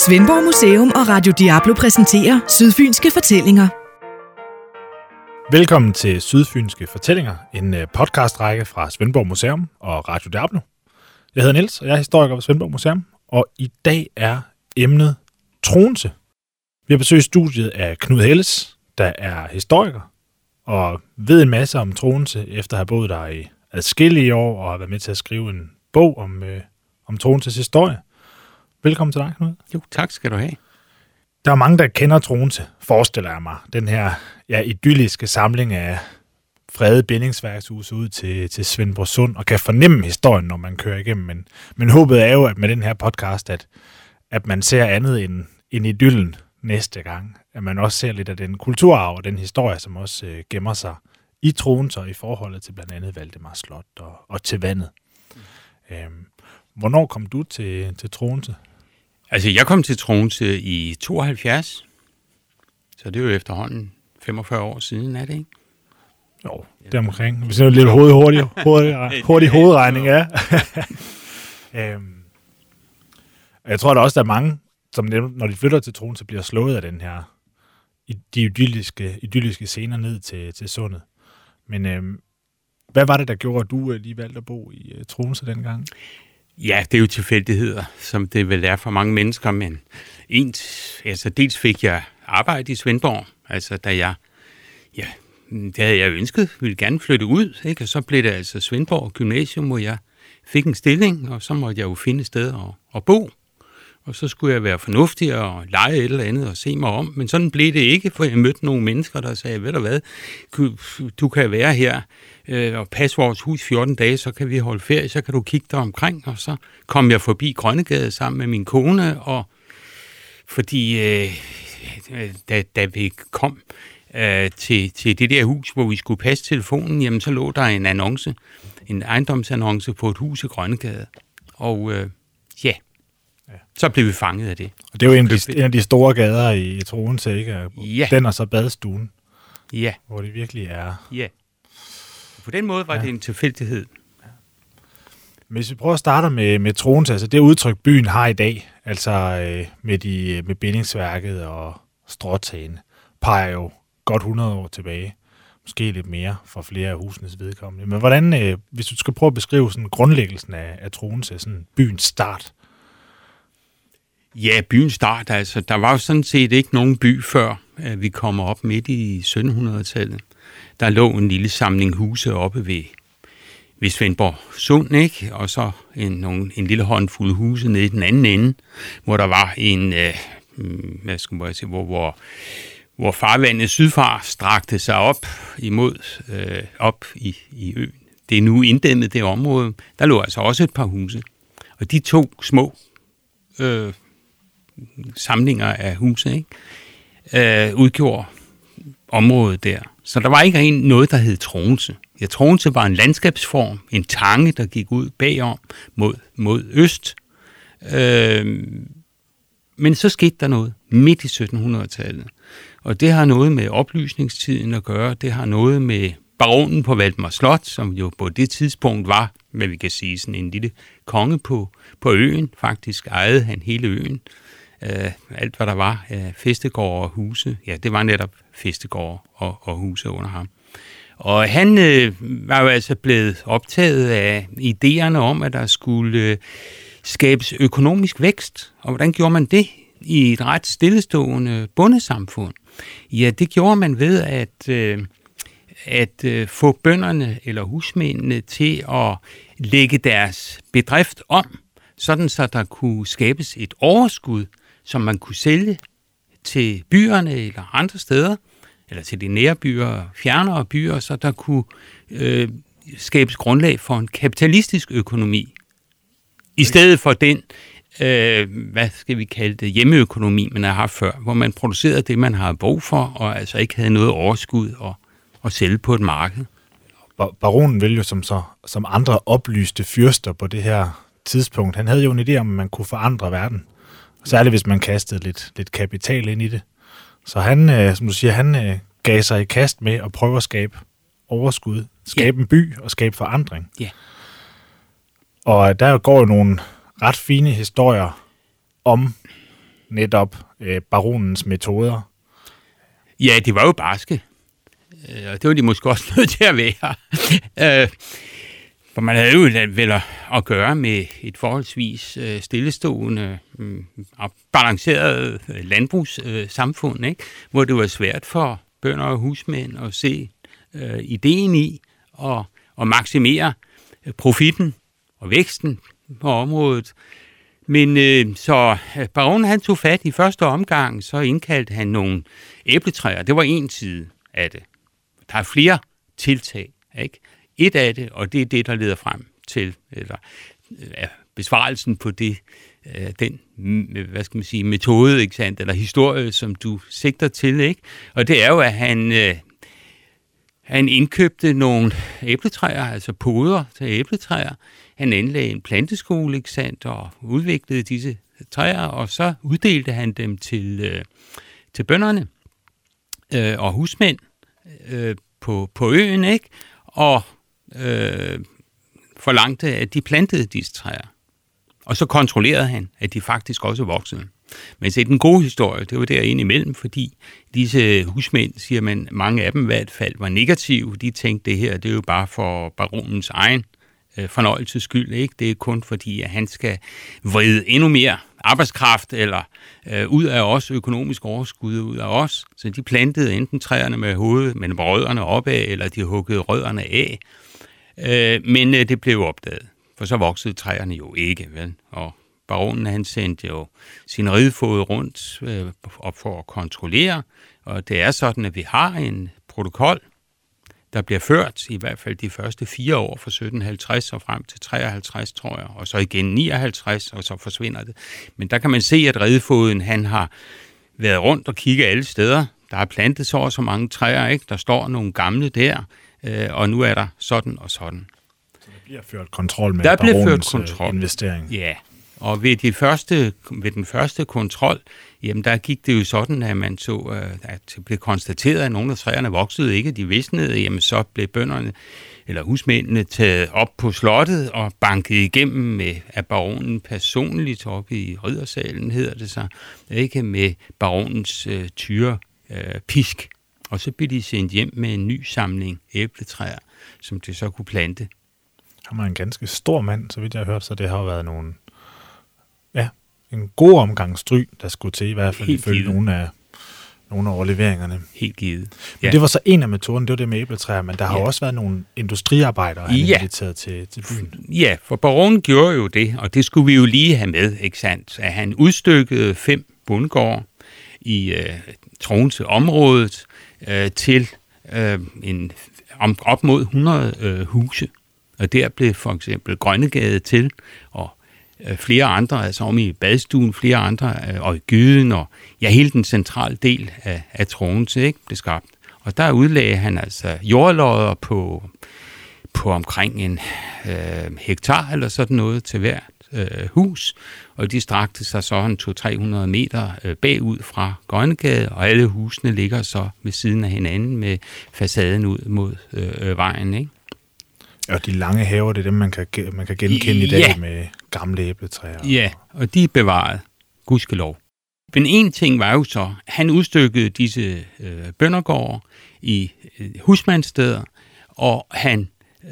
Svendborg Museum og Radio Diablo præsenterer Sydfynske Fortællinger. Velkommen til Sydfynske Fortællinger, en podcastrække fra Svendborg Museum og Radio Diablo. Jeg hedder Niels, og jeg er historiker ved Svendborg Museum, og i dag er emnet Troense. Vi har besøgt studiet af Knud Helles, der er historiker og ved en masse om Troense, efter at have boet der i adskillige år og har været med til at skrive en bog om Troenses historie. Velkommen til dig, Knud. Jo, tak skal du have. Der er mange, der kender Troense, forestiller jeg mig. Den her idylliske samling af fredede bindingsværkshuse ud til Svendborg Sund, og kan fornemme historien, når man kører igennem. Men håbet er jo, at med den her podcast, at man ser andet end idyllen næste gang. At man også ser lidt af den kulturarv og den historie, som også gemmer sig i Troense og i forholdet til blandt andet Valdemar Slot og til vandet. Hvornår kom du til Troense? Altså, jeg kom til Troense i 72, så det er jo efterhånden 45 år siden, er det ikke? Jo, det er omkring. Vi ser lidt hurtig hovedregning, ja. Jeg tror, der også er mange, som når de flytter til Troense, bliver slået af den her, de idylliske scener ned til sundet. Men hvad var det, der gjorde, at du lige valgte at bo i Troense dengang? Ja, det er jo tilfældigheder, som det vel er for mange mennesker, men dels fik jeg arbejde i Svendborg, altså det havde jeg ønsket, ville gerne flytte ud, ikke? Og så blev det altså Svendborg Gymnasium, hvor jeg fik en stilling, og så måtte jeg jo finde et sted at bo. Og så skulle jeg være fornuftig og lege et eller andet og se mig om. Men sådan blev det ikke, for jeg mødte nogle mennesker, der sagde, ved du hvad, du kan være her og passe vores hus 14 dage, så kan vi holde ferie, så kan du kigge dig omkring. Og så kom jeg forbi Grønnegade sammen med min kone, og fordi da vi kom til det der hus, hvor vi skulle passe telefonen, jamen så lå der en ejendomsannonce på et hus i Grønnegade. Og så blev vi fanget af det. Og det er jo en af de store gader i Troense, ikke? Ja. Den og så badestuen. Ja. Hvor det virkelig er. Ja. På den måde var det en tilfældighed. Men hvis vi prøver at starte med Troense, altså det udtryk byen har i dag, altså med bindingsværket og stråtagene, peger jo godt 100 år tilbage. Måske lidt mere for flere af husenes vedkommende. Men hvordan, hvis du skal prøve at beskrive sådan grundlæggelsen af Troense, sådan byens start? Ja, byens start, altså. Der var jo sådan set ikke nogen by før, vi kommer op midt i 1700-tallet. Der lå en lille samling huse oppe ved Svendborg Sund, ikke? Og så en lille håndfuld huse nede i den anden ende, hvor der var hvor farvandet sydfra strakte sig op i øen. Det er nu inddæmmet det område. Der lå altså også et par huse. Og de to små samlinger af huse, ikke? Udgjorde området der. Så der var ikke noget, der hed Troense. Ja, Troense var en landskabsform, en tange, der gik ud bagom mod øst. Men så skete der noget midt i 1700-tallet. Og det har noget med oplysningstiden at gøre. Det har noget med baronen på Valdemar Slot, som jo på det tidspunkt var, hvad vi kan sige, sådan en lille konge på øen. Faktisk ejede han hele øen. Alt, hvad der var af festegårde og huse, ja, det var netop festegårde og huse under ham. Og han var jo altså blevet optaget af idéerne om, at der skulle skabes økonomisk vækst. Og hvordan gjorde man det i et ret stillestående bondesamfund? Ja, det gjorde man ved at få bønderne eller husmændene til at lægge deres bedrift om, sådan så der kunne skabes et overskud, som man kunne sælge til byerne eller andre steder, eller til de nære byer, fjernere byer, så der kunne skabes grundlag for en kapitalistisk økonomi. I stedet for den, hvad skal vi kalde det, hjemmeøkonomi, man har haft før, hvor man producerede det, man havde brug for, og altså ikke havde noget overskud at sælge på et marked. Baronen ville jo som andre oplyste fyrster på det her tidspunkt, han havde jo en idé om, at man kunne forandre verden. Særligt hvis man kastede lidt kapital ind i det. Så han, som du siger, han gav sig i kast med at prøve at skabe overskud, skabe en by og skabe forandring. Ja. Og der går jo nogle ret fine historier om netop baronens metoder? Ja, det var jo barske. Og det var de måske også nødt til at være. For man havde jo vel at gøre med et forholdsvis stillestående og balanceret landbrugssamfund, ikke? Hvor det var svært for bønder og husmænd at se ideen i at maksimere profitten og væksten på området. Men så baronen han tog fat i første omgang, så indkaldte han nogle æbletræer. Det var en side af det. Der er flere tiltag, ikke? Et af det, og det er det, der leder frem til besvarelsen på den metode, ikke sandt, eller historie, som du sigter til, ikke? Og det er jo, at han indkøbte nogle æbletræer, altså poder til æbletræer. Han anlagde en planteskole, ikke sandt, og udviklede disse træer, og så uddelte han dem til bønderne og husmænd på øen, ikke? Og forlangte, at de plantede disse træer. Og så kontrollerede han, at de faktisk også voksede. Men så den gode historie, det var der indimellem, fordi disse husmænd, siger man, mange af dem i hvert fald var negative. De tænkte, det her, det er jo bare for baronens egen fornøjelses skyld, ikke? Det er kun fordi, at han skal vride endnu mere arbejdskraft eller ud af os, økonomisk overskud ud af os. Så de plantede enten træerne med hovedet, men rødderne opad, eller de huggede rødderne af. Men det blev opdaget, for så voksede træerne jo ikke, vel? Og baronen han sendte jo sin ridefod rundt op for at kontrollere, og det er sådan, at vi har en protokol, der bliver ført i hvert fald de første 4 år fra 1750 og frem til 53, tror jeg, og så igen 59, og så forsvinder det. Men der kan man se, at ridefoden han har været rundt og kigget alle steder. Der er plantet så mange træer, ikke? Der står nogle gamle der, og nu er der sådan og sådan. Så der bliver ført kontrol med baronens investering. Ja, og ved den første kontrol, jamen der gik det jo sådan, at man så, at det blev konstateret, at nogle af træerne voksede ikke, de visnede, jamen så blev bønderne eller husmændene taget op på slottet og banket igennem med af baronen personligt op i riddersalen, hedder det så, ikke, med baronens pisk. Og så blev de sendt hjem med en ny samling æbletræer, som de så kunne plante. Han var en ganske stor mand, så vidt jeg har hørt, så det har været en god omgang stryg, der skulle til, i hvert fald ifølge nogle af overleveringerne. Helt givet. Ja. Men det var så en af metoderne, det var det med æbletræer, men der har jo også været nogle industriarbejdere, han inviteret til byen. Ja, for baronen gjorde jo det, og det skulle vi jo lige have med, ikke sandt? At han udstykkede 5 bondegårde i Troense-området til op mod 100 huse. Og der blev for eksempel Grønnegade til, og flere andre, altså om i badstuen, flere andre, og i Gyden, og hele den centrale del af Troense, ikke, blev skabt. Og der udlagde han altså jordlodder på omkring en hektar eller sådan noget til hvert hus, og de strakte sig så 200-300 meter bagud fra Grønnegade, og alle husene ligger så ved siden af hinanden med facaden ud mod vejen, ikke? Og de lange haver, det er dem, man kan genkende i dag med gamle æbletræer. Ja, og de er bevaret, gudskelov. Men en ting var jo så, han udstykkede disse bøndergårde i husmandssteder, og han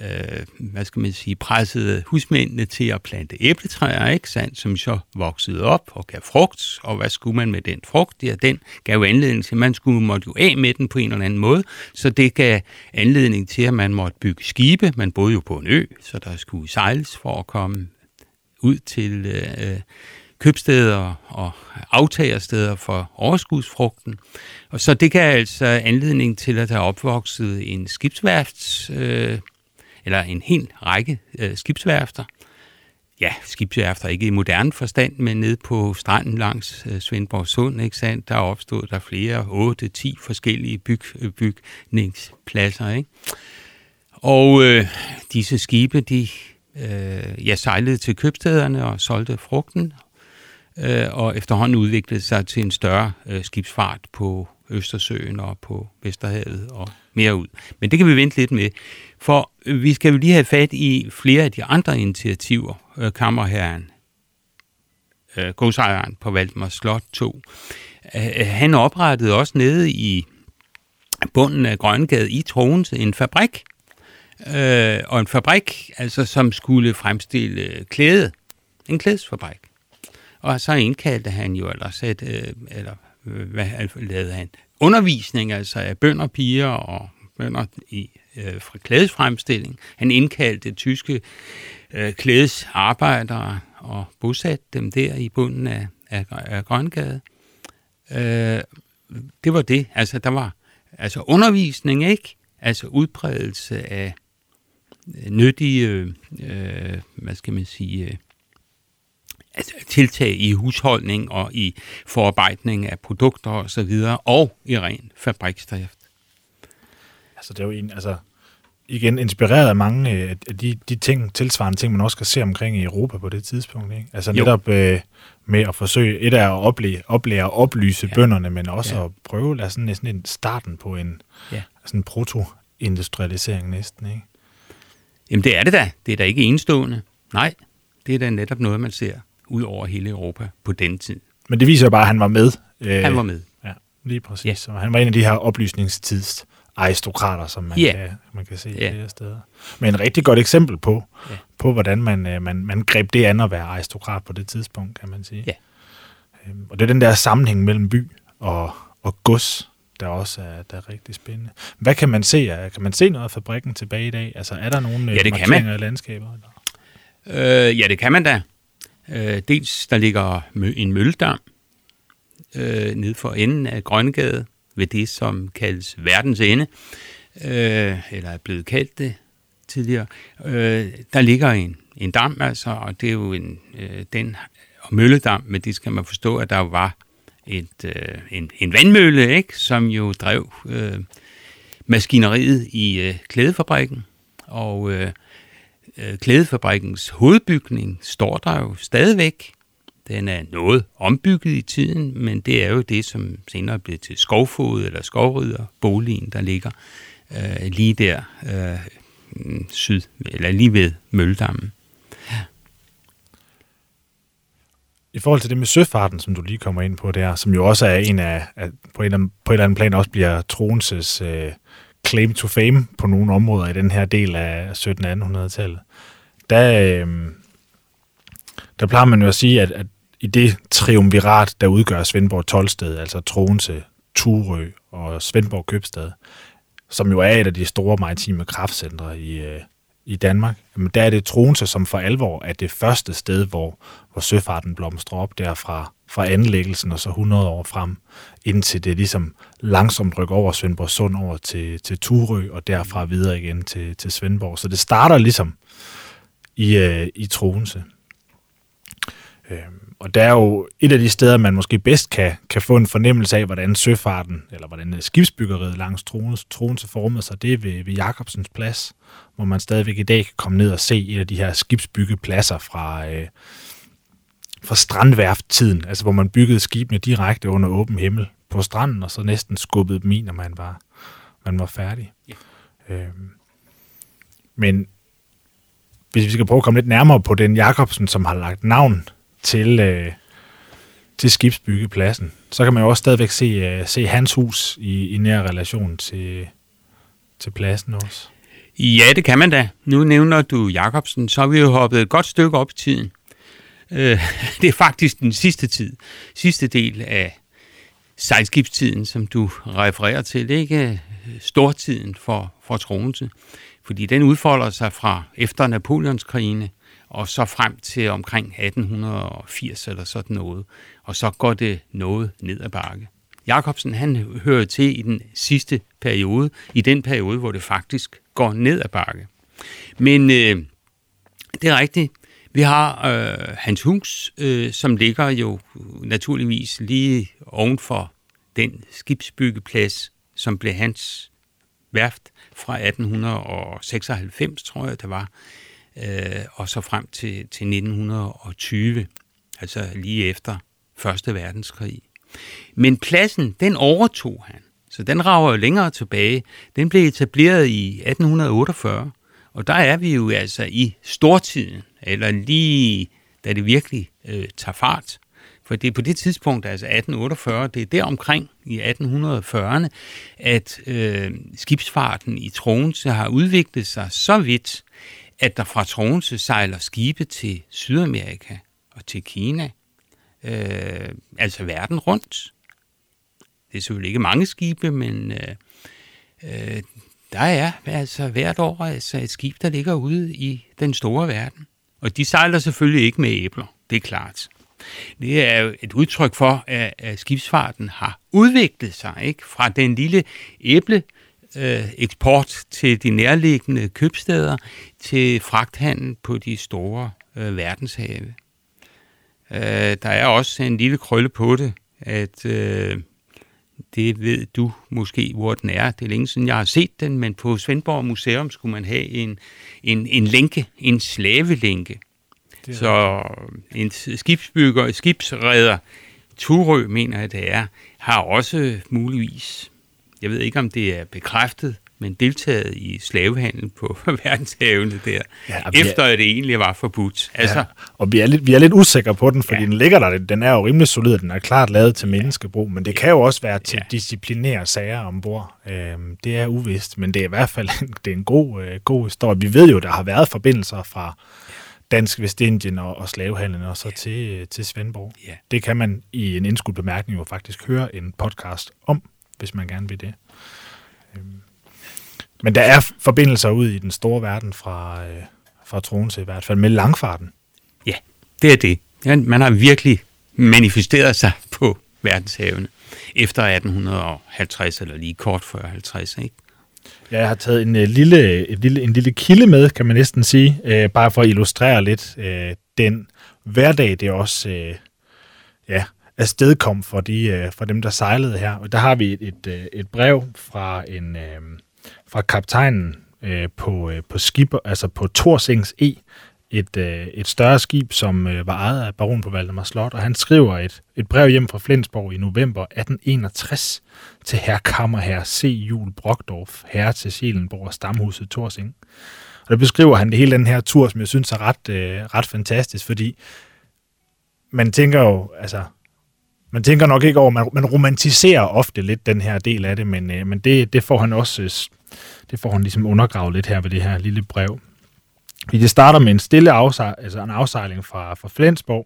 pressede husmændene til at plante æbletræer, ikke sandt, som så voksede op og gav frugt. Og hvad skulle man med den frugt? Ja, den gav anledning til, at man måtte jo af med den på en eller anden måde. Så det gav anledning til, at man måtte bygge skibe. Man boede jo på en ø, så der skulle sejles for at komme ud til købsteder og aftagersteder for overskudsfrugten. Og så det gav altså anledning til, at der opvoksede en skibsværft, eller en hel række skibsværfter. Ja, skibsværfter ikke i moderne forstand, men nede på stranden langs Svendborg Sund, ikke sandt? Der opstod der flere, 8-10 forskellige bygningspladser, ikke? Og disse skibe, de sejlede til købstederne og solgte frugten, og efterhånden udviklede sig til en større skibsfart på Østersøen og på Vesterhavet og mere ud. Men det kan vi vente lidt med, for vi skal jo lige have fat i flere af de andre initiativer, kammerherren godsejeren på Valdemar Slot 2. Han oprettede også nede i bunden af Grønnegade i Troense en fabrik, og en fabrik, altså, som skulle fremstille klæde. En klædesfabrik. Og så indkaldte han jo, hvad lavede han? Undervisning, altså af bønder, piger og bønder fra klædesfremstilling. Han indkaldte tyske klædesarbejdere og bosatte dem der i bunden af Grønnegade. Det var det. Altså, der var undervisning, ikke? Altså udbredelse af nyttige, tiltag i husholdning og i forarbejdning af produkter og så videre, og i ren fabriksdrift. Altså det er jo igen inspireret af mange af de ting, tilsvarende ting, man også kan se omkring i Europa på det tidspunkt, ikke? Altså netop med at forsøge, et er at oplære og oplyse bønderne, men også at prøve at lade sådan en starten på en sådan proto-industrialisering næsten, ikke? Jamen det er det da. Det er da ikke enestående. Nej, det er da netop noget, man ser ud over hele Europa på den tid. Men det viser jo bare, at han var med. Han var med. Ja, lige præcis. Ja. Så han var en af de her oplysningstids aristokrater, som man kan se flere steder. Men et rigtig godt eksempel på hvordan man greb det an at være aristokrat på det tidspunkt, kan man sige. Ja. Og det er den der sammenhæng mellem by og gods, der også er rigtig spændende. Hvad kan man se? Kan man se noget af fabrikken tilbage i dag? Altså, er der nogle markeringer i landskaber? Ja, det kan man da. Dels, der ligger en mølledam nede for enden af Grønnegade, ved det, som kaldes verdens ende, eller er blevet kaldt det tidligere. Der ligger en dam, altså, og det er jo den mølledam, men det skal man forstå, at der var en vandmølle, ikke, som jo drev maskineriet i klædefabrikken, og klædefabrikkens hovedbygning står der jo stadigvæk. Den er noget ombygget i tiden, men det er jo det, som senere er blevet til Skovfod eller Skovrider, boligen, der ligger lige der syd, eller lige ved Mølledammen. Ja. I forhold til det med søfarten, som du lige kommer ind på der, som jo også er en af på et eller andet plan også bliver Troenses claim to fame på nogle områder i den her del af 1700- og 1800-tallet, der plejer man jo at sige, at i det triumvirat, der udgør Svendborg Toldsted, altså Troense, Turø og Svendborg Købstad, som jo er et af de store maritime kraftcentre i Danmark, men der er det Troense, som for alvor er det første sted, hvor søfarten blomstrer op derfra, fra anlæggelsen og så 100 år frem, indtil det ligesom langsomt rykker over Svendborg Sund over til Turø, og derfra videre igen til Svendborg. Så det starter ligesom i Troense. Og der er jo et af de steder, man måske bedst kan få en fornemmelse af, hvordan søfarten, eller hvordan skibsbyggeriet langs Troense formede sig, det er ved Jacobsens Plads, hvor man stadigvæk i dag kan komme ned og se et af de her skibsbyggepladser fra strandværft-tiden, altså hvor man byggede skibene direkte under åben himmel på stranden, og så næsten skubbede dem i, når man var færdig. Ja. Men hvis vi skal prøve at komme lidt nærmere på den Jacobsen, som har lagt navn til skibsbyggepladsen, så kan man jo også stadigvæk se hans hus i nær relation til pladsen også. Ja, det kan man da. Nu nævner du Jacobsen, så har vi jo hoppet et godt stykke op i tiden. Det er faktisk den sidste del af sejlskibstiden, som du refererer til, ikke stortiden for Troense, fordi den udfolder sig fra efter Napoleonskrigene og så frem til omkring 1880 eller sådan noget, og så går det noget ned ad bakke. Jacobsen, han hører til i den sidste periode, i den periode, hvor det faktisk går ned ad bakke. Men det er rigtigt. Vi har hans hus, som ligger jo naturligvis lige ovenfor den skibsbyggeplads, som blev hans værft fra 1896, tror jeg det var, og så frem til 1920, altså lige efter Første Verdenskrig. Men pladsen, den overtog han, så den rager jo længere tilbage. Den blev etableret i 1848, og der er vi jo altså i stortiden, eller lige da det virkelig tager fart. For det er på det tidspunkt, altså 1848, det er deromkring i 1840'erne, at skibsfarten i Troense har udviklet sig så vidt, at der fra Troense sejler skibe til Sydamerika og til Kina, altså verden rundt. Det er selvfølgelig ikke mange skibe, men der er altså hvert år altså et skib, der ligger ude i den store verden. Og de sejler selvfølgelig ikke med æbler, det er klart. Det er jo et udtryk for, at skibsfarten har udviklet sig, ikke? Fra den lille æbleeksport til de nærliggende købstæder til fragthandel på de store verdenshave. Der er også en lille krølle på det, at det ved du måske, hvor den er. Det er længe siden, jeg har set den, men på Svendborg Museum skulle man have en lænke, en slavelænke. Så en skibsredder, Turø, mener jeg det er, har også muligvis, jeg ved ikke om det er bekræftet, men deltaget i slavehandel på verdenshavene der, efter at det egentlig var forbudt. Altså, ja, og vi er lidt usikre på den, fordi den ligger der, den er jo rimelig solid, den er klart lavet til menneskebrug, men det kan jo også være til disciplinære sager ombord. Det er uvist, men det er i hvert fald det er en god historie. Vi ved jo, der har været forbindelser fra Dansk Vestindien og slavehandlen og så til Svendborg. Ja. Det kan man i en indskudt bemærkning jo faktisk høre en podcast om, hvis man gerne vil det. Men der er forbindelser ud i den store verden fra Troense i hvert fald med langfarten. Ja, det er det. Man har virkelig manifesteret sig på verdenshavene efter 1850 eller lige kort før 50, ikke? Ja, jeg har taget en lille kilde med, kan man næsten sige, bare for at illustrere lidt den hverdag, det også afstedkom for dem, der sejlede her. Og der har vi et brev fra kaptajnen på skib, altså på Torsings E, et større skib, som var ejet af baron på Valdemar Slot, og han skriver et brev hjem fra Flensborg i november 1861 til herr kammerherre C. Juel Brockdorff, herre til Sjælenborg og stamhuset Torsing. Og der beskriver han det hele den her tur, som jeg synes er ret fantastisk, fordi man tænker jo, altså, man tænker nok ikke over, man romantiserer ofte lidt den her del af det, men det får han også, det får han ligesom undergravet lidt her ved det her lille brev. Det starter med en stille afsejling fra Flensborg,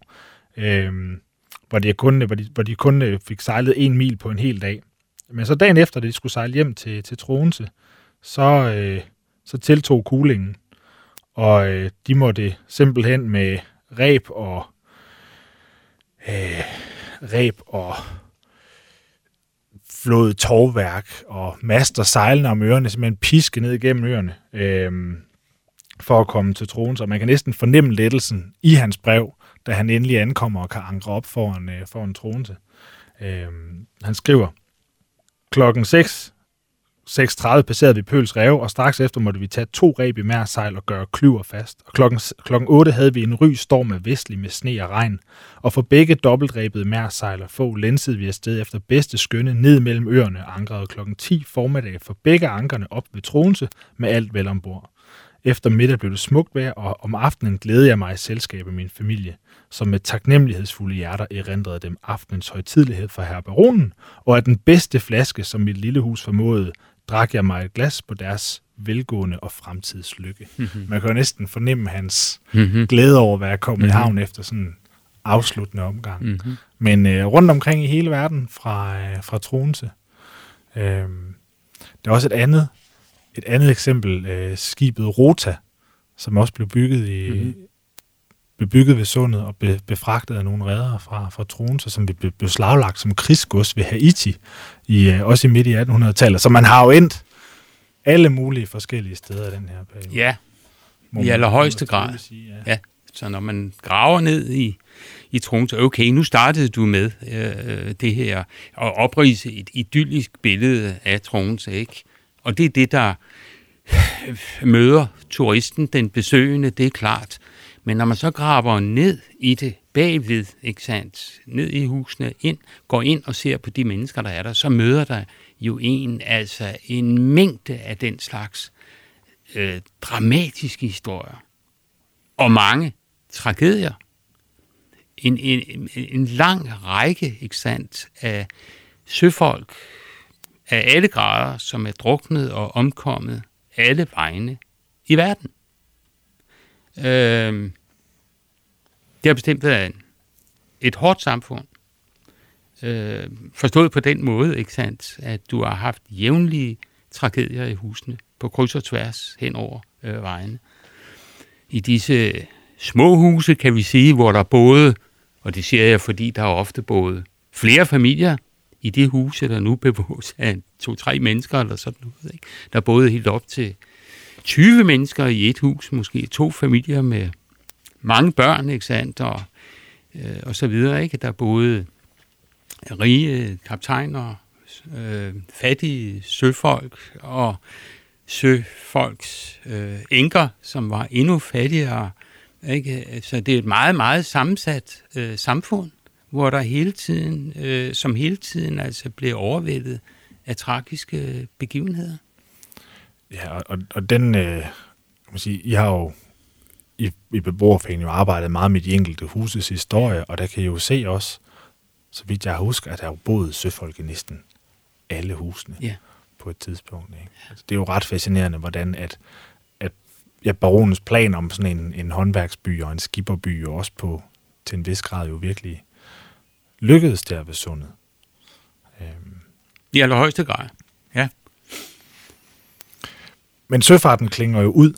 hvor de kun fik sejlet 1 mil på en hel dag. Men så dagen efter, da de skulle sejle hjem til Troense, så tiltog kuglingen, og de måtte simpelthen med reb og flået tovværk og master sejlende om ørerne, simpelthen piske ned igennem ørerne, for at komme til Troense. Og man kan næsten fornemme lettelsen i hans brev, da han endelig ankommer og kan ankre op foran Troense. Han skriver, klokken 6:30 passerede vi Pøls Rev, og straks efter måtte vi tage 2 reb i mærsejl og gøre klyver fast. Og klokken 8 havde vi en ry storm af vestlig med sne og regn, og for begge dobbeltrebede mærsejler få lænsede vi afsted efter bedste skønne ned mellem øerne og ankrede klokken 10 formiddag for begge ankerne op ved Troense med alt vel ombord. Efter middag blev det smukt vejr, og om aftenen glædede jeg mig i selskab af min familie, som med taknemmelighedsfulde hjerter erindrede dem aftenens højtidelighed for herre baronen, og af den bedste flaske, som mit lille hus formåede, drak jeg mig et glas på deres velgående og fremtidslykke. Mm-hmm. Man kan jo næsten fornemme hans glæde over at være kommet i havn efter sådan en afsluttende omgang. Mm-hmm. Men rundt omkring i hele verden fra Troense. Der er også et andet eksempel, skibet Rota, som også blev bygget ved sundet og befragtet af nogle redere fra Troense, som blev beslaglagt som krigsgods ved Haiti, også i midt i 1800-tallet. Så man har jo endt alle mulige forskellige steder i den her periode. Ja, i allerhøjeste grad. Sige, ja. Så når man graver ned i Troense, okay, nu startede du med det her, og oprise et idyllisk billede af Troense, ikke? Og det er det, der møder turisten, den besøgende, det er klart. Men når man så graver ned i det bagved, ikke sandt, ned i husene, går ind og ser på de mennesker, der er der, så møder der jo en mængde af den slags dramatiske historier. Og mange tragedier. en lang række, ikke sandt, af søfolk af alle grader, som er druknet og omkommet alle vegne i verden. Det har bestemt været et hårdt samfund. Forstået på den måde, ikke sandt, at du har haft jævnlige tragedier i husene på kryds og tværs hen over vejene. I disse små huse, kan vi sige, hvor der boede, og det siger jeg, fordi der er ofte boet flere familier i de huse, der nu bebos af 2-3 mennesker, eller sådan noget, ikke? Der boede helt op til 20 mennesker i et hus, måske 2 familier med mange børn, ikke sandt, og så videre, ikke? Der boede rige kaptajner, fattige søfolk og søfolks enker, som var endnu fattigere, ikke? Så det er et meget, meget sammensat samfund, hvor der hele tiden altså bliver overvældet af tragiske begivenheder. Ja, og den, kan man sige, I har jo i beboerforeningen jo arbejdet meget med de enkelte huses historie, og der kan I jo se også, så vidt jeg husker, at der jo boet søfolk i næsten alle husene på et tidspunkt. Ikke? Altså, det er jo ret fascinerende, hvordan at baronens plan om sådan en håndværksby og en skipperby jo også til en vis grad jo virkelig lykkedes der ved sundet. I allerhøjeste grad, ja. Men søfarten klinger jo ud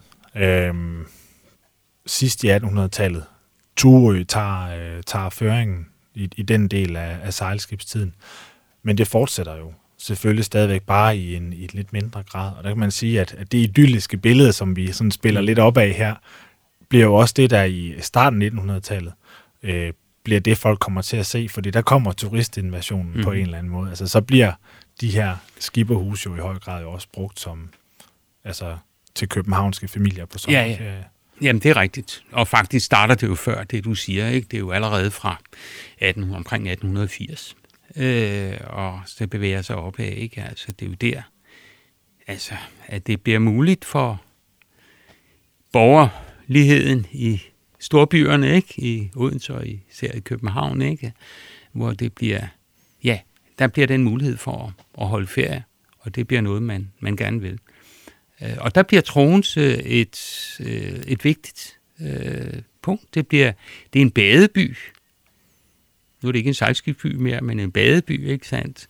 sidst i 1800-tallet. Thurø tager føringen i den del af sejlskibstiden. Men det fortsætter jo selvfølgelig stadigvæk bare i et lidt mindre grad. Og der kan man sige, at det idylliske billede, som vi sådan spiller lidt op af her, bliver jo også det, der i starten af 1900-tallet bliver det, folk kommer til at se, fordi der kommer turistinvasionen på en eller anden måde. Altså, så bliver de her skipperhuse jo i høj grad jo også brugt som til københavnske familier på sommerferie. Ja. Jamen, det er rigtigt. Og faktisk starter det jo før det, du siger, ikke? Det er jo allerede fra omkring 1880. Og så bevæger sig opad, ikke? Altså, det er jo der, altså, at det bliver muligt for borgerligheden i storbyerne, ikke? I Odense og især i København, ikke? Hvor det bliver, der bliver den mulighed for at holde ferie, og det bliver noget, man gerne vil. Og der bliver Troense et vigtigt punkt. Det er en badeby. Nu er det ikke en sejlskibsby mere, men en badeby, ikke sandt?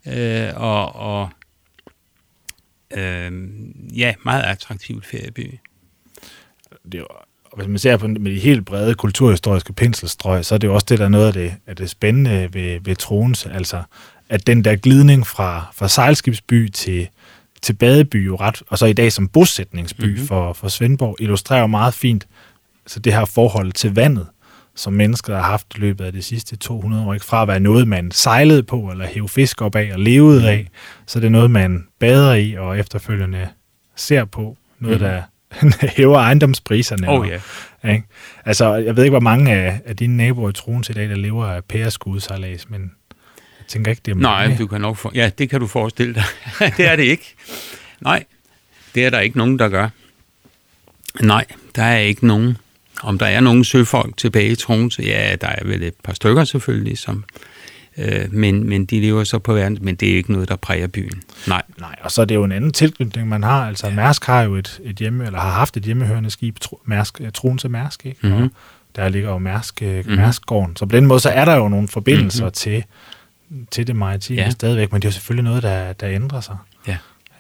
Meget attraktivt ferieby. Det er jo, hvis man ser på med de helt brede kulturhistoriske penselstrøg, så er det jo også det, der er noget af det spændende ved Troense. Altså, at den der glidning fra sejlskibsby til badeby jo ret, og så i dag som bosætningsby for Svendborg, illustrerer meget fint altså det her forhold til vandet, som mennesker har haft i løbet af de sidste 200 år. Ikke fra at være noget, man sejlede på, eller hæve fisk op af og levede af, så det er noget, man bader i, og efterfølgende ser på. Noget, der hæver ejendomspriserne. Ikke? Altså, jeg ved ikke, hvor mange af dine naboer i Troense i dag, der lever af pæreskudsalas, men jeg tænker ikke, det er nej, du kan nok det kan du forestille dig. Det er det ikke. Nej, det er der ikke nogen, der gør. Nej, der er ikke nogen. Om der er nogen søfolk tilbage i Troense, ja, der er vel et par stykker selvfølgelig, men de lever så på verden, men det er ikke noget, der præger byen. Nej, og så er det jo en anden tilknytning, man har. Altså, Mærsk har jo et hjemme, eller har haft et hjemmehørende skib, Troense Mærsk, ikke? Og der ligger jo Mærskgården. Så på den måde, så er der jo nogle forbindelser til det maritime stadigvæk, men det er jo selvfølgelig noget, der ændrer sig. Ja.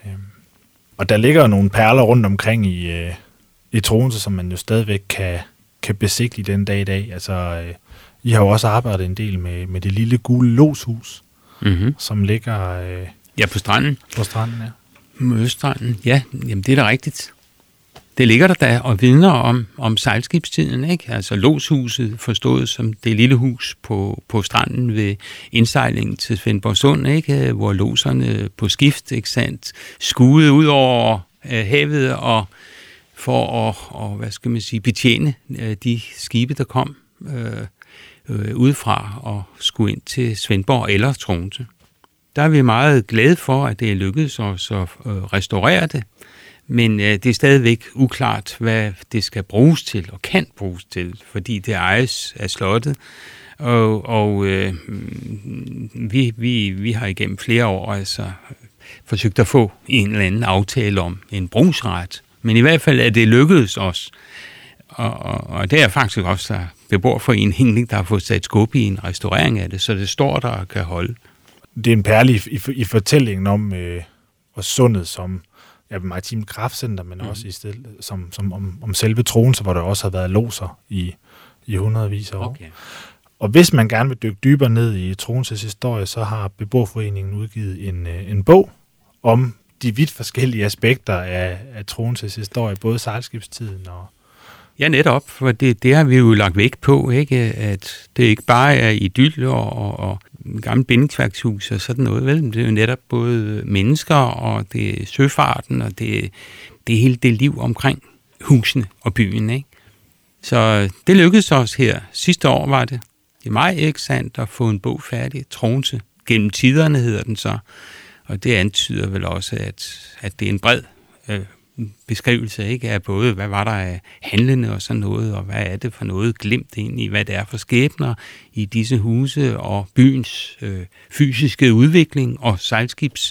Og der ligger jo nogle perler rundt omkring i Troense, som man jo stadigvæk kan besigtige den dag i dag. Altså, I har jo også arbejdet en del med det lille gule lodshus, som ligger på stranden. På stranden, ja. Mødestranden, ja, jamen det er da rigtigt. Det ligger der da og vidner om sejlskibstiden, ikke? Altså lodshuset forstået som det lille hus på stranden ved indsejlingen til Svendborg Sund, ikke? Hvor lodserne på skift, ikke sandt, skuede ud over havet og for at betjene de skibe, der kom udefra og skulle ind til Svendborg eller Troense. Der er vi meget glade for, at det er lykkedes os at restaurere det Men det er stadigvæk uklart, hvad det skal bruges til og kan bruges til, fordi det ejes af slottet. Og vi har igennem flere år altså forsøgt at få en eller anden aftale om en brugsret. Men i hvert fald er det lykkedes os. Og det er faktisk også der beboerforeningen, der har fået sat skub i en restaurering af det, så det står der og kan holde. Det er en perle i fortællingen om sundet som maritimt kraftcenter, men også i stedet om selve Troense, hvor der også har været loser i hundredvis af år. Okay. Og hvis man gerne vil dykke dybere ned i Troenses historie, så har beboerforeningen udgivet en bog om de vidt forskellige aspekter af Troenses historie, både sejlskibstiden og... Ja, netop, for det har vi jo lagt vægt på, ikke? At det ikke bare er idyll og gamle bindingsværkshus og sådan noget, vel? Det er jo netop både mennesker, og det er søfarten, og det er hele det liv omkring husene og byen, ikke? Så det lykkedes os her. Sidste år var det i maj, ikke sandt, at få en bog færdig, Troense. Gennem tiderne hedder den så, og det antyder vel også, at det er en bred beskrivelse, ikke, af både, hvad var der af handlende og sådan noget, og hvad er det for noget glimt ind i, hvad det er for skæbner i disse huse, og byens fysiske udvikling, og sejlskibs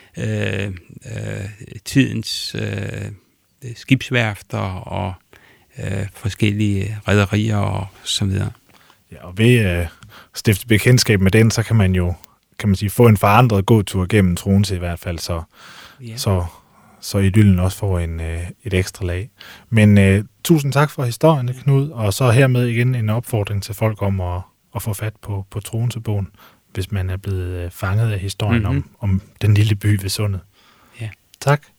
tidens skibsværfter og forskellige rederier og så videre. Ja, og ved at stifte bekendtskab med den, så kan man jo, kan man sige, få en forandret gåtur gennem Troense i hvert fald, så idyllen også får et ekstra lag. Men tusind tak for historien, Knud, og så hermed igen en opfordring til folk om at få fat på Troensebogen, hvis man er blevet fanget af historien om den lille by ved sundet. Ja. Tak.